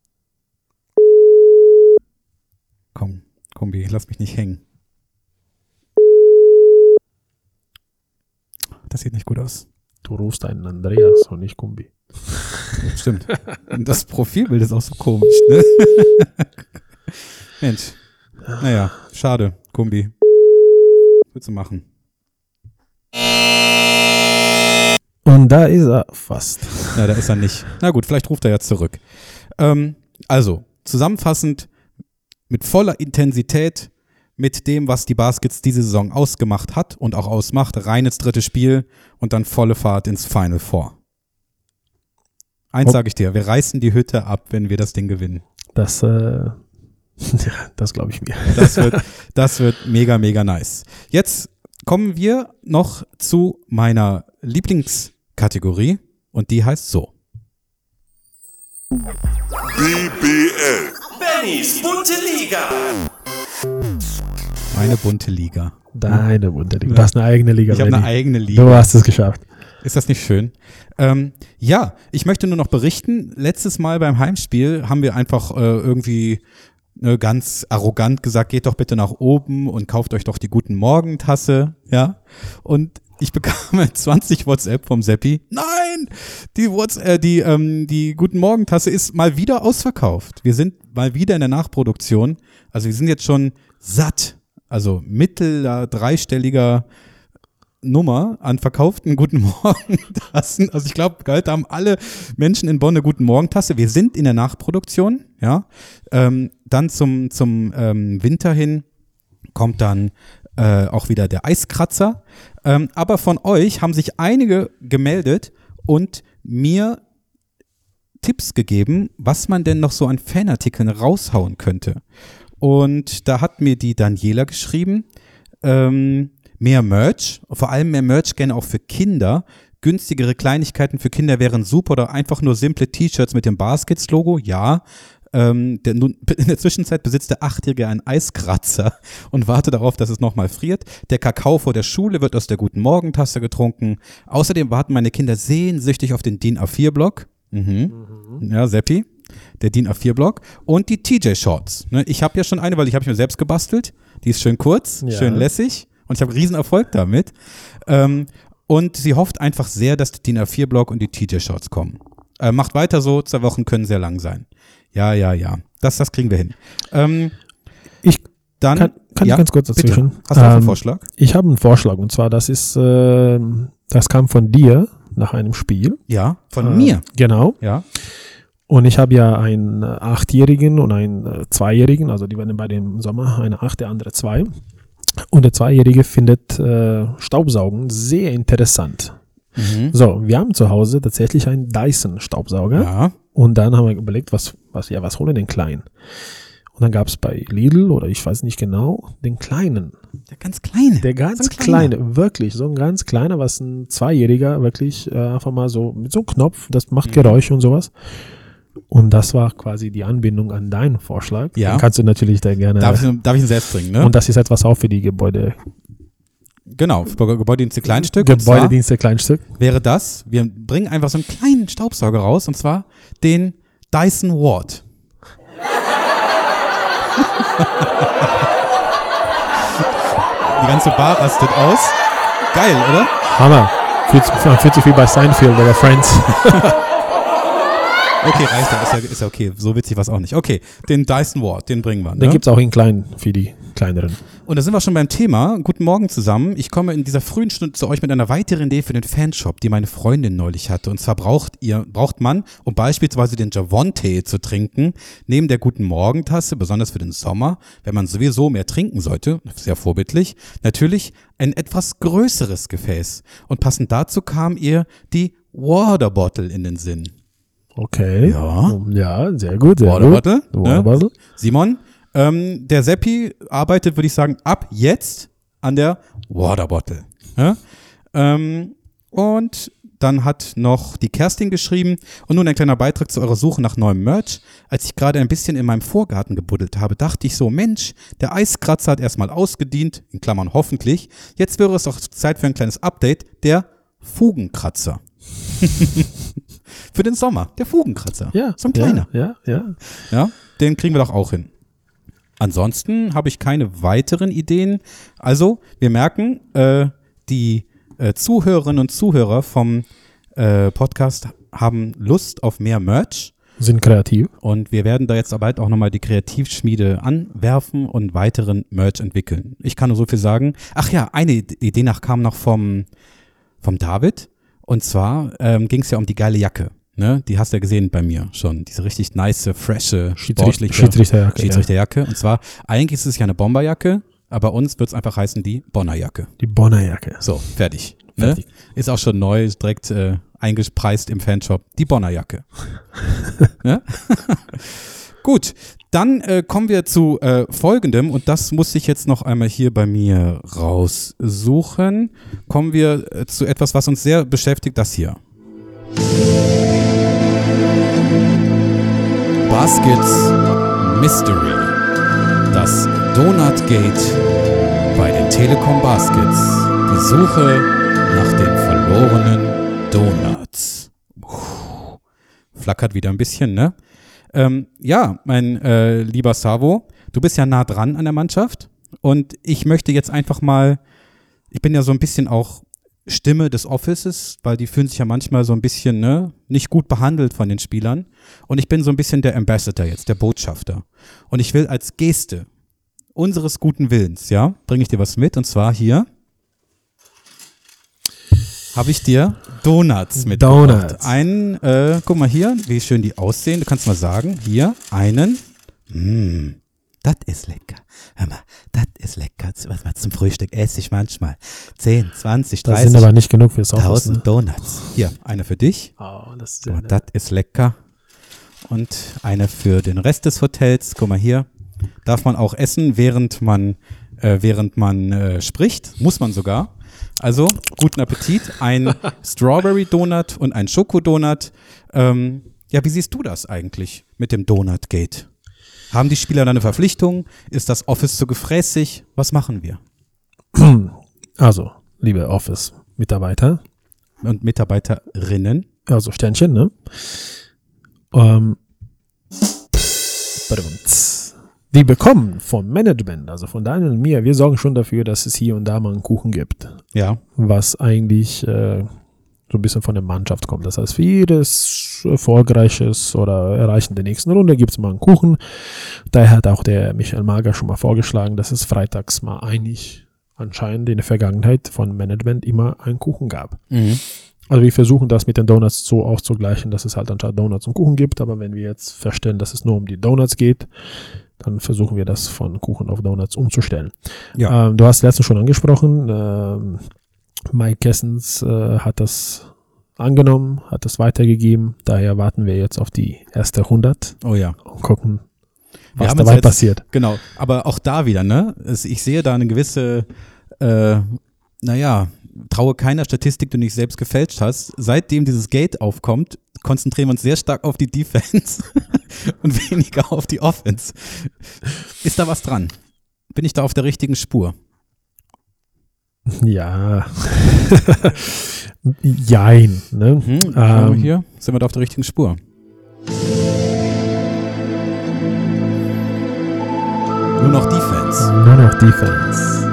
Komm, Kumbi, lass mich nicht hängen. Das sieht nicht gut aus. Du rufst einen Andreas und nicht Kumbi. Stimmt. Und das Profilbild ist auch so komisch, ne? Mensch. Naja, schade, Kumbi. Was willst du machen? Und da ist er fast. Ja, da ist er nicht. Na gut, vielleicht ruft er ja zurück. Also, zusammenfassend, mit voller Intensität, mit dem, was die Baskets diese Saison ausgemacht hat und auch ausmacht, rein ins dritte Spiel und dann volle Fahrt ins Final Four. Eins sage ich dir, wir reißen die Hütte ab, wenn wir das Ding gewinnen. Das glaube ich mir. Das wird mega, mega nice. Jetzt kommen wir noch zu meiner Lieblingskategorie und die heißt so. BBL. Bennys bunte Liga. Meine bunte Liga. Deine bunte Liga. Du hast eine eigene Liga. Ich habe eine eigene Liga. Du hast es geschafft. Ist das nicht schön? Ja, ich möchte nur noch berichten, letztes Mal beim Heimspiel haben wir einfach irgendwie ganz arrogant gesagt, geht doch bitte nach oben und kauft euch doch die Guten Morgen-Tasse, ja. Und ich bekam 20 WhatsApp vom Seppi. Nein, die Guten Morgen-Tasse ist mal wieder ausverkauft. Wir sind mal wieder in der Nachproduktion. Also wir sind jetzt schon satt. Also mittler, dreistelliger Nummer an verkauften Guten Morgen-Tassen. Also ich glaube, heute haben alle Menschen in Bonn eine Guten Morgen-Tasse. Wir sind in der Nachproduktion, ja. Dann zum Winter hin kommt dann auch wieder der Eiskratzer. Aber von euch haben sich einige gemeldet und mir Tipps gegeben, was man denn noch so an Fanartikeln raushauen könnte. Und da hat mir die Daniela geschrieben, mehr Merch, vor allem mehr Merch gerne auch für Kinder. Günstigere Kleinigkeiten für Kinder wären super oder einfach nur simple T-Shirts mit dem Baskets-Logo, ja. In der Zwischenzeit besitzt der 8-Jährige einen Eiskratzer und wartet darauf, dass es nochmal friert. Der Kakao vor der Schule wird aus der Guten Morgen-Tasse getrunken. Außerdem warten meine Kinder sehnsüchtig auf den DIN A4-Block. Ja, Seppi, der DIN A4-Block. Und die TJ-Shorts. Ich habe ja schon eine, weil ich habe mir selbst gebastelt. Die ist schön kurz, schön lässig und ich habe riesen Erfolg damit. Und sie hofft einfach sehr, dass der DIN A4-Block und die TJ-Shorts kommen. Macht weiter so, 2 Wochen können sehr lang sein. Ja. Das kriegen wir hin. Kann ich ganz kurz dazwischen? Bitte. Hast du einen Vorschlag? Ich habe einen Vorschlag und zwar, das kam von dir nach einem Spiel. Ja, von mir. Genau. Ja. Und ich habe ja einen 8-Jährigen und einen 2-Jährigen, also die werden beide im Sommer, eine 8, der andere 2. Und der 2-Jährige findet Staubsaugen sehr interessant. So, wir haben zu Hause tatsächlich einen Dyson-Staubsauger. Ja. Und dann haben wir überlegt, was holen wir denn klein? Und dann gab es bei Lidl oder ich weiß nicht genau, den kleinen. Der ganz kleine. Der ganz kleine, wirklich, so ein ganz kleiner, was ein 2-Jähriger wirklich einfach mal so, mit so einem Knopf, das macht Geräusche und sowas. Und das war quasi die Anbindung an deinen Vorschlag. Ja. Dann kannst du natürlich da gerne. Darf ich ihn selbst bringen, ne? Und das ist etwas auch für die Gebäude. Genau, Gebäudedienste Kleinstück. Gebäudedienste Kleinstück. Wäre das, wir bringen einfach so einen kleinen Staubsauger raus, und zwar den Dyson Ward. Die ganze Bar rastet aus. Geil, oder? Hammer. Fühlt sich wie bei Seinfeld oder Friends. Okay, reicht ja, ist ja okay. So witzig war es auch nicht. Okay, den Dyson Ward, den bringen wir. Ne? Den gibt's auch in klein für die kleineren. Und da sind wir schon beim Thema. Guten Morgen zusammen. Ich komme in dieser frühen Stunde zu euch mit einer weiteren Idee für den Fanshop, die meine Freundin neulich hatte. Und zwar braucht man, um beispielsweise den Javon-Tee zu trinken, neben der Guten Morgen-Tasse, besonders für den Sommer, wenn man sowieso mehr trinken sollte, sehr vorbildlich, natürlich ein etwas größeres Gefäß. Und passend dazu kam ihr die Water Bottle in den Sinn. Okay. Ja, sehr gut. Water Bottle. Simon, der Seppi arbeitet, würde ich sagen, ab jetzt an der Water Bottle. Ja? Und dann hat noch die Kerstin geschrieben, und nun ein kleiner Beitrag zu eurer Suche nach neuem Merch. Als ich gerade ein bisschen in meinem Vorgarten gebuddelt habe, dachte ich so, Mensch, der Eiskratzer hat erstmal ausgedient, in Klammern hoffentlich. Jetzt wäre es doch Zeit für ein kleines Update, der Fugenkratzer. Für den Sommer, der Fugenkratzer. Ja. So ein kleiner. Ja, den kriegen wir doch auch hin. Ansonsten habe ich keine weiteren Ideen. Also, wir merken, die Zuhörerinnen und Zuhörer vom Podcast haben Lust auf mehr Merch. Sind kreativ. Und wir werden da jetzt bald auch nochmal die Kreativschmiede anwerfen und weiteren Merch entwickeln. Ich kann nur so viel sagen. Ach ja, eine Idee kam noch vom David. Und zwar ging es ja um die geile Jacke. Ne? Die hast du ja gesehen bei mir schon. Diese richtig nice, frische, sportliche Schiedsrichterjacke. Und zwar, eigentlich ist es ja eine Bomberjacke, aber bei uns wird es einfach heißen die Bonner Jacke. Die Bonner Jacke. So, fertig. Ne? Ist auch schon neu, direkt eingepreist im Fanshop. Die Bonner Jacke. Ne? Gut, dann kommen wir zu Folgendem, und das muss ich jetzt noch einmal hier bei mir raussuchen. Kommen wir zu etwas, was uns sehr beschäftigt, das hier. Baskets Mystery. Das Donutgate bei den Telekom Baskets. Die Suche nach den verlorenen Donuts. Flackert wieder ein bisschen, ne? Ja, mein lieber Savo, du bist ja nah dran an der Mannschaft und ich möchte jetzt einfach mal, ich bin ja so ein bisschen auch Stimme des Offices, weil die fühlen sich ja manchmal so ein bisschen, ne, nicht gut behandelt von den Spielern und ich bin so ein bisschen der Ambassador jetzt, der Botschafter und ich will als Geste unseres guten Willens, ja, bringe ich dir was mit und zwar hier habe ich dir Donuts mitgebracht. Einen, guck mal hier, wie schön die aussehen. Du kannst mal sagen, hier einen. Das ist lecker. Hör mal, das ist lecker. Was man zum Frühstück esse ich manchmal. 10, 20, 30. Das sind aber nicht genug fürs Office. 1000 Donuts. Hier, eine für dich. Oh, das ist lecker. Und eine für den Rest des Hotels. Guck mal hier. Darf man auch essen, während man spricht. Muss man sogar. Also, guten Appetit. Ein Strawberry Donut und ein Schokodonut. Ja, wie siehst du das eigentlich mit dem Donut Gate? Haben die Spieler da eine Verpflichtung? Ist das Office zu gefräßig? Was machen wir? Also, liebe Office-Mitarbeiter. Und Mitarbeiterinnen. Also Sternchen, ne? Die bekommen vom Management, also von Daniel und mir, wir sorgen schon dafür, dass es hier und da mal einen Kuchen gibt. Ja. Was eigentlich so ein bisschen von der Mannschaft kommt. Das heißt, für jedes erfolgreiches oder Erreichen der nächsten Runde gibt es mal einen Kuchen. Daher hat auch der Michael Mager schon mal vorgeschlagen, dass es freitags mal eigentlich anscheinend in der Vergangenheit von Management immer einen Kuchen gab. Mhm. Also wir versuchen das mit den Donuts so auszugleichen, dass es halt anstatt Donuts und Kuchen gibt. Aber wenn wir jetzt feststellen, dass es nur um die Donuts geht, dann versuchen wir das von Kuchen auf Donuts umzustellen. Ja. Du hast letztens schon angesprochen, Mike Kessens hat das angenommen, hat das weitergegeben. Daher warten wir jetzt auf die erste 100 Oh ja. und gucken, was dabei jetzt passiert. Genau, aber auch da wieder, ne? Ich sehe da eine gewisse, traue keiner Statistik, die du nicht selbst gefälscht hast. Seitdem dieses Gate aufkommt, konzentrieren wir uns sehr stark auf die Defense und weniger auf die Offense. Ist da was dran? Bin ich da auf der richtigen Spur? Ja. Jein. Ne? Schauen wir hier, sind wir da auf der richtigen Spur? Nur noch Defense.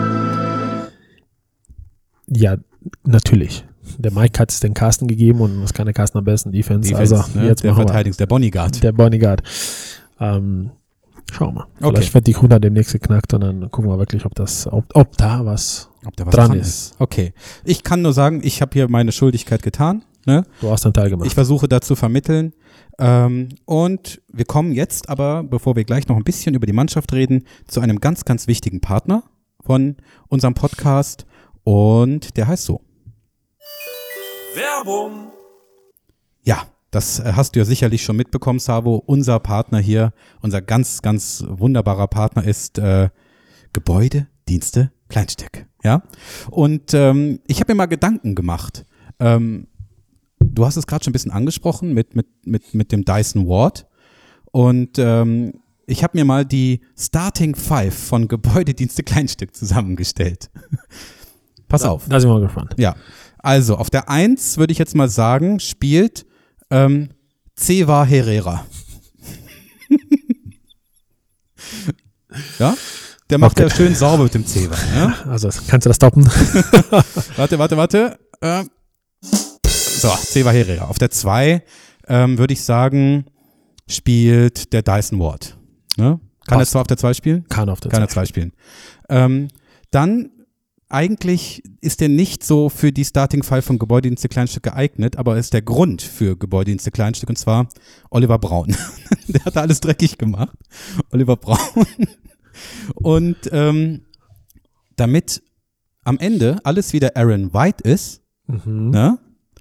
Ja, natürlich. Der Mike hat es den Carsten gegeben und was kann der Carsten am besten? Defense. Also ne? Jetzt der Verteidigungs-, der Bodyguard. Der Bodyguard. Schauen wir mal. Okay. Vielleicht wird die 100 demnächst geknackt und dann gucken wir wirklich, ob da was dran ist. Okay. Ich kann nur sagen, ich habe hier meine Schuldigkeit getan. Ne? Du hast einen Teil gemacht. Ich versuche da zu vermitteln. Und wir kommen jetzt aber, bevor wir gleich noch ein bisschen über die Mannschaft reden, zu einem ganz, ganz wichtigen Partner von unserem Podcast. Und der heißt so. Werbung! Ja, das hast du ja sicherlich schon mitbekommen, Savo. Unser Partner hier, unser ganz, ganz wunderbarer Partner ist Gebäudedienste Kleinstück. Ja? Und ich habe mir mal Gedanken gemacht. Du hast es gerade schon ein bisschen angesprochen mit dem Dyson Ward. Und ich habe mir mal die Starting Five von Gebäudedienste Kleinstück zusammengestellt. Pass auf. Da sind wir mal gespannt. Ja, also auf der 1 würde ich jetzt mal sagen, spielt Ceva Herrera. Ja, der macht ja schön sauber mit dem Ceva. Ja? Also kannst du das stoppen? Warte. So, Ceva Herrera. Auf der 2 würde ich sagen, spielt der Dyson Ward. Ne? Kann er zwar auf der 2 spielen? Kann auf der 2 spielen. Dann eigentlich ist er nicht so für die Starting Five von Gebäudedienste Kleinstück geeignet, aber er ist der Grund für Gebäudedienste Kleinstück, und zwar Oliver Braun. Der hat da alles dreckig gemacht. Oliver Braun. Und damit am Ende alles wieder Aaron White ist, ne,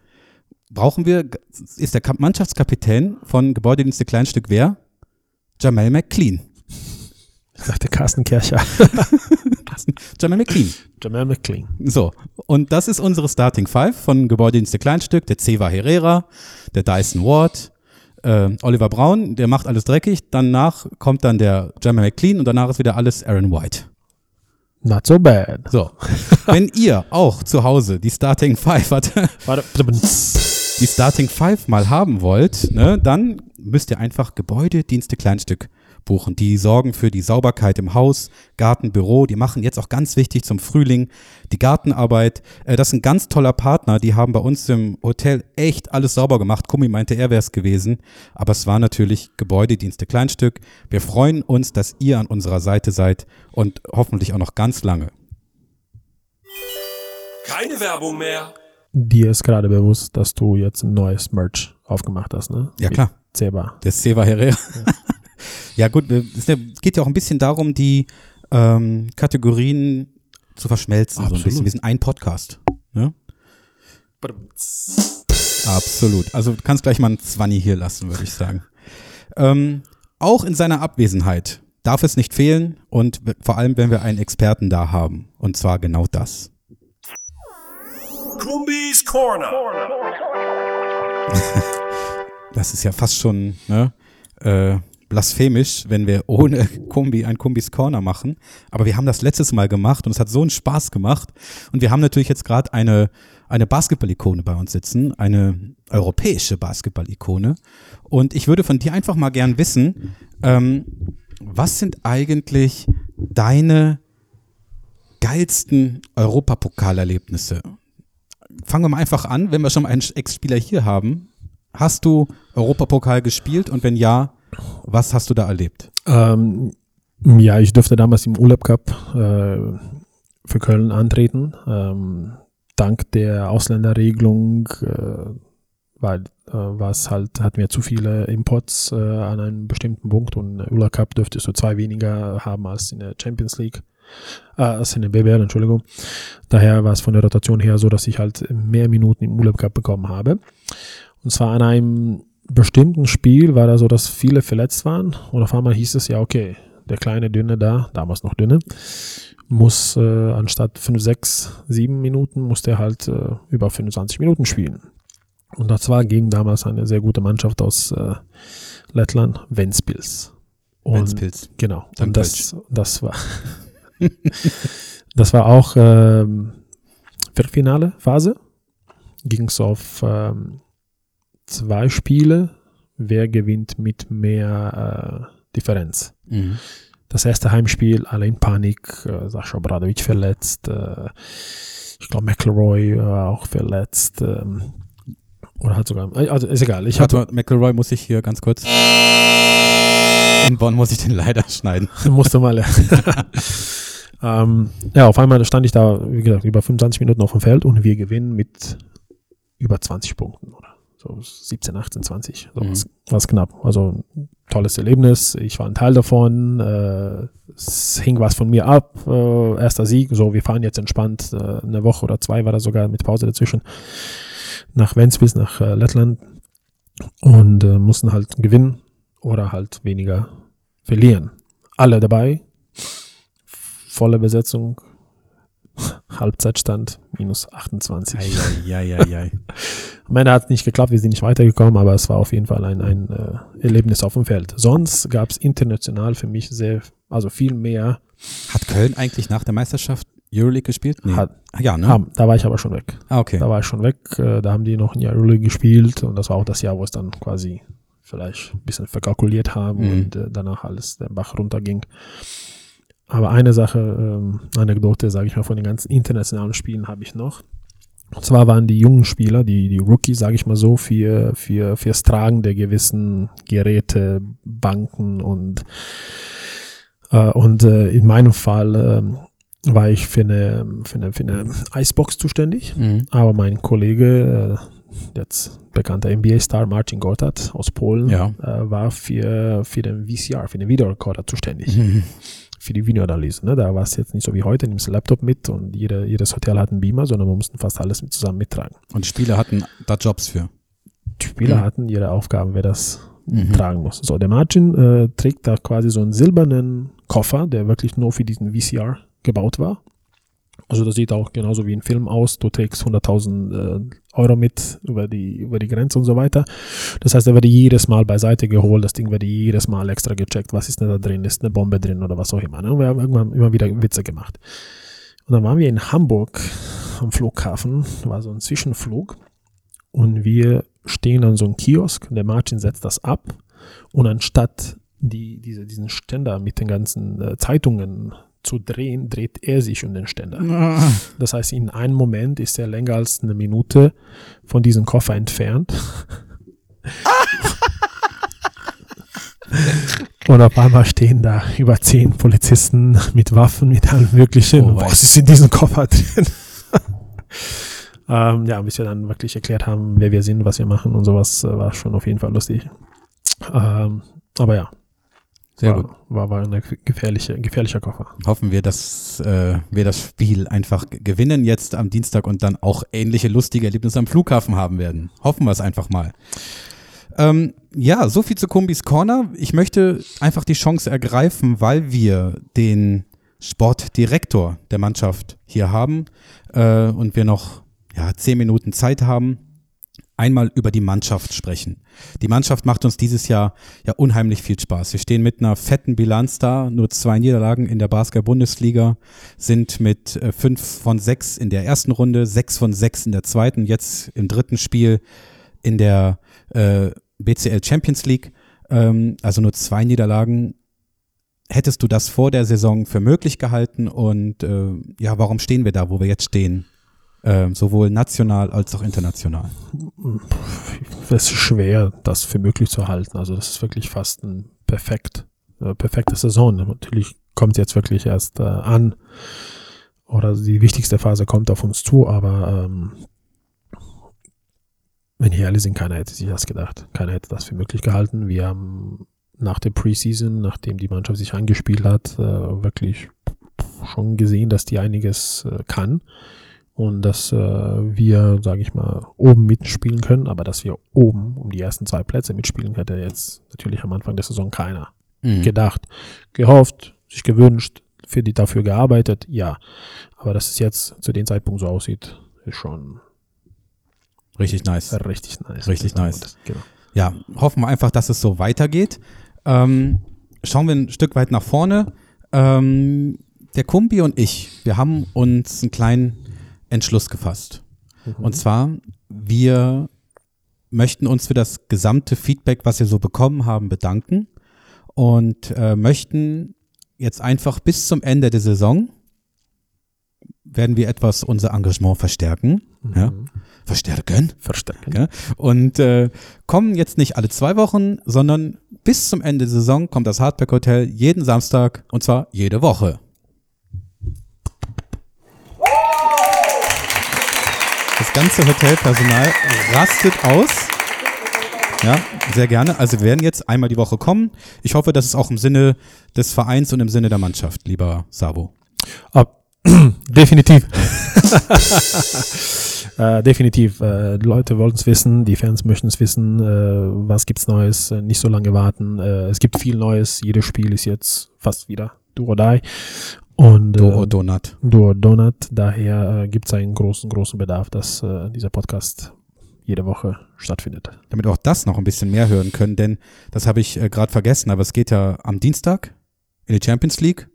ist der Mannschaftskapitän von Gebäudedienste Kleinstück wer? Jamal McLean. Sagte Carsten Kircher. Jamal McLean. So, und das ist unsere Starting Five von Gebäudedienste Kleinstück, der Ceva Herrera, der Dyson Ward, Oliver Braun, der macht alles dreckig, danach kommt dann der Jamal McLean und danach ist wieder alles Aaron White. Not so bad. So, wenn ihr auch zu Hause die Starting Five die Starting Five mal haben wollt, ne, dann müsst ihr einfach Gebäudedienste Kleinstück buchen. Die sorgen für die Sauberkeit im Haus, Garten, Büro. Die machen jetzt auch ganz wichtig zum Frühling die Gartenarbeit. Das ist ein ganz toller Partner. Die haben bei uns im Hotel echt alles sauber gemacht. Kummi meinte, er wäre es gewesen. Aber es war natürlich Gebäudedienste Kleinstück. Wir freuen uns, dass ihr an unserer Seite seid und hoffentlich auch noch ganz lange. Keine Werbung mehr. Dir ist gerade bewusst, dass du jetzt ein neues Merch aufgemacht hast, ne? Ja, klar. Ceba. Der Ceba Herrera. Ja gut, es geht ja auch ein bisschen darum, die Kategorien zu verschmelzen. Absolut. So ein bisschen. Wir sind ein Podcast. Ne? Absolut. Also du kannst gleich mal einen 20 hier lassen, würde ich sagen. Auch in seiner Abwesenheit darf es nicht fehlen und vor allem, wenn wir einen Experten da haben. Und zwar genau das. Kumbis Corner. Das ist ja fast schon blasphemisch, wenn wir ohne Kumbi ein Kumbis Corner machen. Aber wir haben das letztes Mal gemacht und es hat so einen Spaß gemacht. Und wir haben natürlich jetzt gerade eine Basketball-Ikone bei uns sitzen, eine europäische Basketball-Ikone. Und ich würde von dir einfach mal gern wissen, was sind eigentlich deine geilsten Europapokalerlebnisse? Fangen wir mal einfach an, wenn wir schon mal einen Ex-Spieler hier haben. Hast du Europapokal gespielt und wenn ja, was hast du da erlebt? Ja, ich durfte damals im Uleb Cup für Köln antreten. Dank der Ausländerregelung, weil hatten wir zu viele Imports an einem bestimmten Punkt und im Uleb Cup dürftest du 2 weniger haben als in der Champions League. Als in der BBL, Entschuldigung. Daher war es von der Rotation her so, dass ich halt mehr Minuten im Uleb Cup bekommen habe. Und zwar an einem bestimmten Spiel war da so, dass viele verletzt waren und auf einmal hieß es, ja okay, der kleine Dünne da, damals noch Dünne, muss anstatt 5, 6, 7 Minuten, musste er halt über 25 Minuten spielen. Und das war gegen damals eine sehr gute Mannschaft aus Lettland, Ventspils. Ventspils. Genau. Und das war das war auch Viertelfinale-Phase. Ging es auf 2 Spiele. Wer gewinnt mit mehr Differenz? Mhm. Das erste Heimspiel, alle in Panik. Sascha Obradovic verletzt. Ich glaube, McElroy war auch verletzt. Oder hat sogar. Also ist egal. McElroy muss ich hier ganz kurz. In Bonn muss ich den leider schneiden. Musste mal. Ja, auf einmal stand ich da, wie gesagt, über 25 Minuten auf dem Feld und wir gewinnen mit über 20 Punkten oder so 17, 18, 20. So was knapp. Also tolles Erlebnis. Ich war ein Teil davon. Es hing was von mir ab. Erster Sieg. So, wir fahren jetzt entspannt. Eine Woche oder 2 war da sogar mit Pause dazwischen. Nach Ventspils, nach Lettland. Und mussten halt gewinnen oder halt weniger verlieren. Alle dabei. Volle Besetzung. Halbzeitstand minus 28. Am Ende hat es nicht geklappt, wir sind nicht weitergekommen, aber es war auf jeden Fall ein Erlebnis auf dem Feld. Sonst gab es international für mich viel mehr. Hat Köln eigentlich nach der Meisterschaft Euroleague gespielt? Nee. Da war ich aber schon weg. Okay. Da war ich schon weg, da haben die noch ein Jahr Euroleague gespielt und das war auch das Jahr, wo es dann quasi vielleicht ein bisschen verkalkuliert haben und danach alles den Bach runterging. Aber eine Sache, Anekdote, sage ich mal, von den ganzen internationalen Spielen habe ich noch. Und zwar waren die jungen Spieler, die Rookies, sage ich mal so, fürs Tragen der gewissen Geräte, Banken und in meinem Fall war ich für eine Icebox zuständig. Aber mein Kollege, jetzt bekannter NBA-Star Marcin Gortat aus Polen, war für den VCR, für den Videorekorder zuständig. Für die Videoanalyse. Ne? Da war es jetzt nicht so wie heute, nimmst du Laptop mit und jedes Hotel hat einen Beamer, sondern wir mussten fast alles zusammen mittragen. Und die Spieler hatten da Jobs für? Die Spieler hatten ihre Aufgaben, wer das tragen muss. So, der Marcin trägt da quasi so einen silbernen Koffer, der wirklich nur für diesen VCR gebaut war. Also das sieht auch genauso wie ein Film aus. Du trägst 100.000 Euro mit über die Grenze und so weiter. Das heißt, er wird jedes Mal beiseite geholt. Das Ding wird jedes Mal extra gecheckt. Was ist denn da drin? Ist eine Bombe drin oder was auch immer? Ne? Wir haben irgendwann immer wieder Witze gemacht. Und dann waren wir in Hamburg am Flughafen. War so ein Zwischenflug. Und wir stehen an so einem Kiosk. Der Martin setzt das ab. Und anstatt diesen Ständer mit den ganzen Zeitungen zu drehen, dreht er sich um den Ständer. Das heißt, in einem Moment ist er länger als eine Minute von diesem Koffer entfernt. Und auf einmal stehen da über 10 Polizisten mit Waffen, mit allem Möglichen. Was ist in diesem Koffer drin? Bis wir dann wirklich erklärt haben, wer wir sind, was wir machen und sowas, war schon auf jeden Fall lustig. Aber ja. Sehr gut. War ein gefährlicher Koffer. Hoffen wir, dass wir das Spiel einfach gewinnen jetzt am Dienstag und dann auch ähnliche lustige Erlebnisse am Flughafen haben werden. Hoffen wir es einfach mal. So viel zu Kumbis Corner. Ich möchte einfach die Chance ergreifen, weil wir den Sportdirektor der Mannschaft hier haben und wir noch 10 Minuten Zeit haben, einmal über die Mannschaft sprechen. Die Mannschaft macht uns dieses Jahr unheimlich viel Spaß. Wir stehen mit einer fetten Bilanz da, nur 2 Niederlagen in der Basketball-Bundesliga, sind mit 5 von 6 in der ersten Runde, 6 von 6 in der zweiten, jetzt im dritten Spiel in der BCL Champions League, also nur 2 Niederlagen. Hättest du das vor der Saison für möglich gehalten und warum stehen wir da, wo wir jetzt stehen? Sowohl national als auch international. Es ist schwer, das für möglich zu halten. Also das ist wirklich fast ein perfekte Saison. Natürlich kommt jetzt wirklich erst an oder die wichtigste Phase kommt auf uns zu, aber wenn wir ehrlich sind, keiner hätte sich das gedacht. Keiner hätte das für möglich gehalten. Wir haben nach der Preseason, nachdem die Mannschaft sich eingespielt hat, wirklich schon gesehen, dass die einiges kann. Und dass wir, sage ich mal, oben mitspielen können, aber dass wir oben um die ersten 2 Plätze mitspielen, hätte jetzt natürlich am Anfang der Saison keiner gedacht. Gehofft, sich gewünscht, dafür gearbeitet, ja. Aber dass es jetzt zu dem Zeitpunkt so aussieht, ist schon richtig nice. Richtig nice. Genau. Ja, hoffen wir einfach, dass es so weitergeht. Schauen wir ein Stück weit nach vorne. Der Kumbi und ich, wir haben uns einen kleinen Entschluss gefasst. Und zwar, wir möchten uns für das gesamte Feedback, was wir so bekommen haben, bedanken und möchten jetzt einfach bis zum Ende der Saison werden wir etwas unser Engagement verstärken. Ja? Verstärken. Ja? Und kommen jetzt nicht alle 2 Wochen, sondern bis zum Ende der Saison kommt das Hardback Hotel jeden Samstag und zwar jede Woche. Das ganze Hotelpersonal rastet aus. Ja, sehr gerne. Also wir werden jetzt einmal die Woche kommen. Ich hoffe, das ist auch im Sinne des Vereins und im Sinne der Mannschaft, lieber Sabo. Definitiv. Definitiv. Die Leute wollen es wissen, die Fans möchten es wissen. Was gibt's Neues? Nicht so lange warten. Es gibt viel Neues. Jedes Spiel ist jetzt fast wieder Do or Die. Und Do or Donut. Daher gibt es einen großen Bedarf, dass dieser Podcast jede Woche stattfindet. Damit wir auch das noch ein bisschen mehr hören können, denn das habe ich gerade vergessen, aber es geht ja am Dienstag in die Champions League.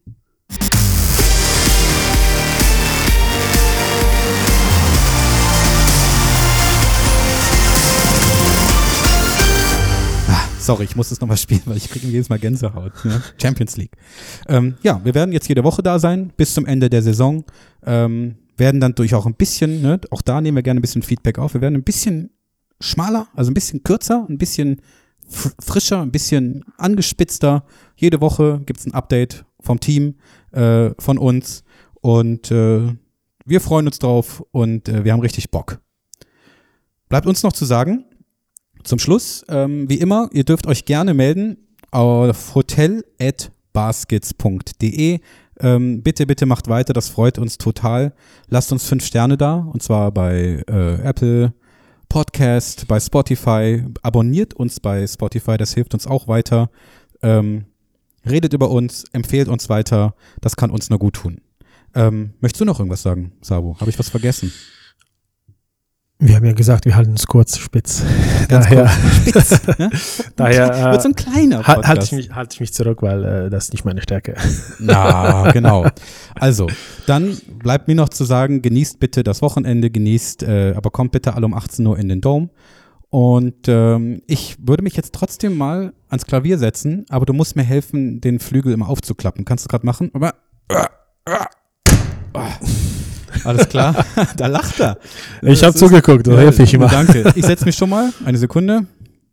Sorry, ich muss es nochmal spielen, weil ich kriege jedes Mal Gänsehaut. Ne? Champions League. Wir werden jetzt jede Woche da sein, bis zum Ende der Saison. Werden dann durch auch ein bisschen, ne, auch da nehmen wir gerne ein bisschen Feedback auf. Wir werden ein bisschen schmaler, also ein bisschen kürzer, ein bisschen frischer, ein bisschen angespitzter. Jede Woche gibt es ein Update vom Team, von uns. Und wir freuen uns drauf und wir haben richtig Bock. Bleibt uns noch zu sagen, zum Schluss, wie immer, ihr dürft euch gerne melden auf hotel@baskets.de. Bitte macht weiter, das freut uns total. Lasst uns 5 Sterne da, und zwar bei Apple Podcast, bei Spotify. Abonniert uns bei Spotify, das hilft uns auch weiter. Redet über uns, empfehlt uns weiter, das kann uns nur gut tun. Möchtest du noch irgendwas sagen, Sabo? Habe ich was vergessen? Wir haben ja gesagt, wir halten es kurz, spitz. Ganz kurz, spitz. Ne? Daher wird so ein kleiner Podcast. Halte ich mich zurück, weil das ist nicht meine Stärke. Na, genau. Also, dann bleibt mir noch zu sagen, genießt bitte das Wochenende, aber kommt bitte alle um 18 Uhr in den Dome. Und ich würde mich jetzt trotzdem mal ans Klavier setzen, aber du musst mir helfen, den Flügel immer aufzuklappen. Kannst du gerade machen? Aber alles klar, da lacht er. Ich habe zugeguckt, da helfe ich immer. Danke. Ich setze mich schon mal. Eine Sekunde.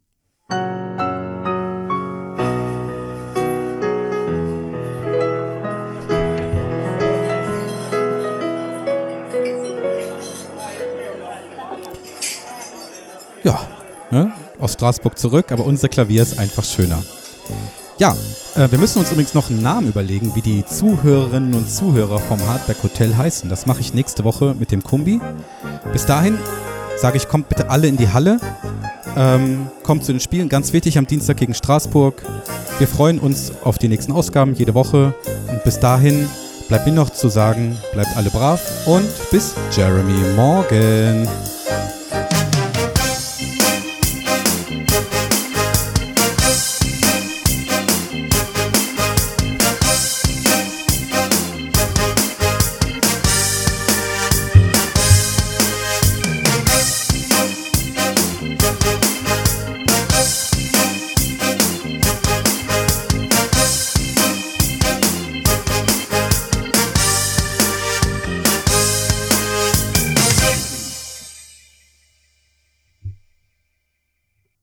Ja, ne? Aus Straßburg zurück, aber unser Klavier ist einfach schöner. Ja, wir müssen uns übrigens noch einen Namen überlegen, wie die Zuhörerinnen und Zuhörer vom Hardback Hotel heißen. Das mache ich nächste Woche mit dem Kumbi. Bis dahin sage ich, kommt bitte alle in die Halle. Kommt zu den Spielen, ganz wichtig, am Dienstag gegen Straßburg. Wir freuen uns auf die nächsten Ausgaben jede Woche. Und bis dahin bleibt mir noch zu sagen, bleibt alle brav und bis Jeremy Morgan.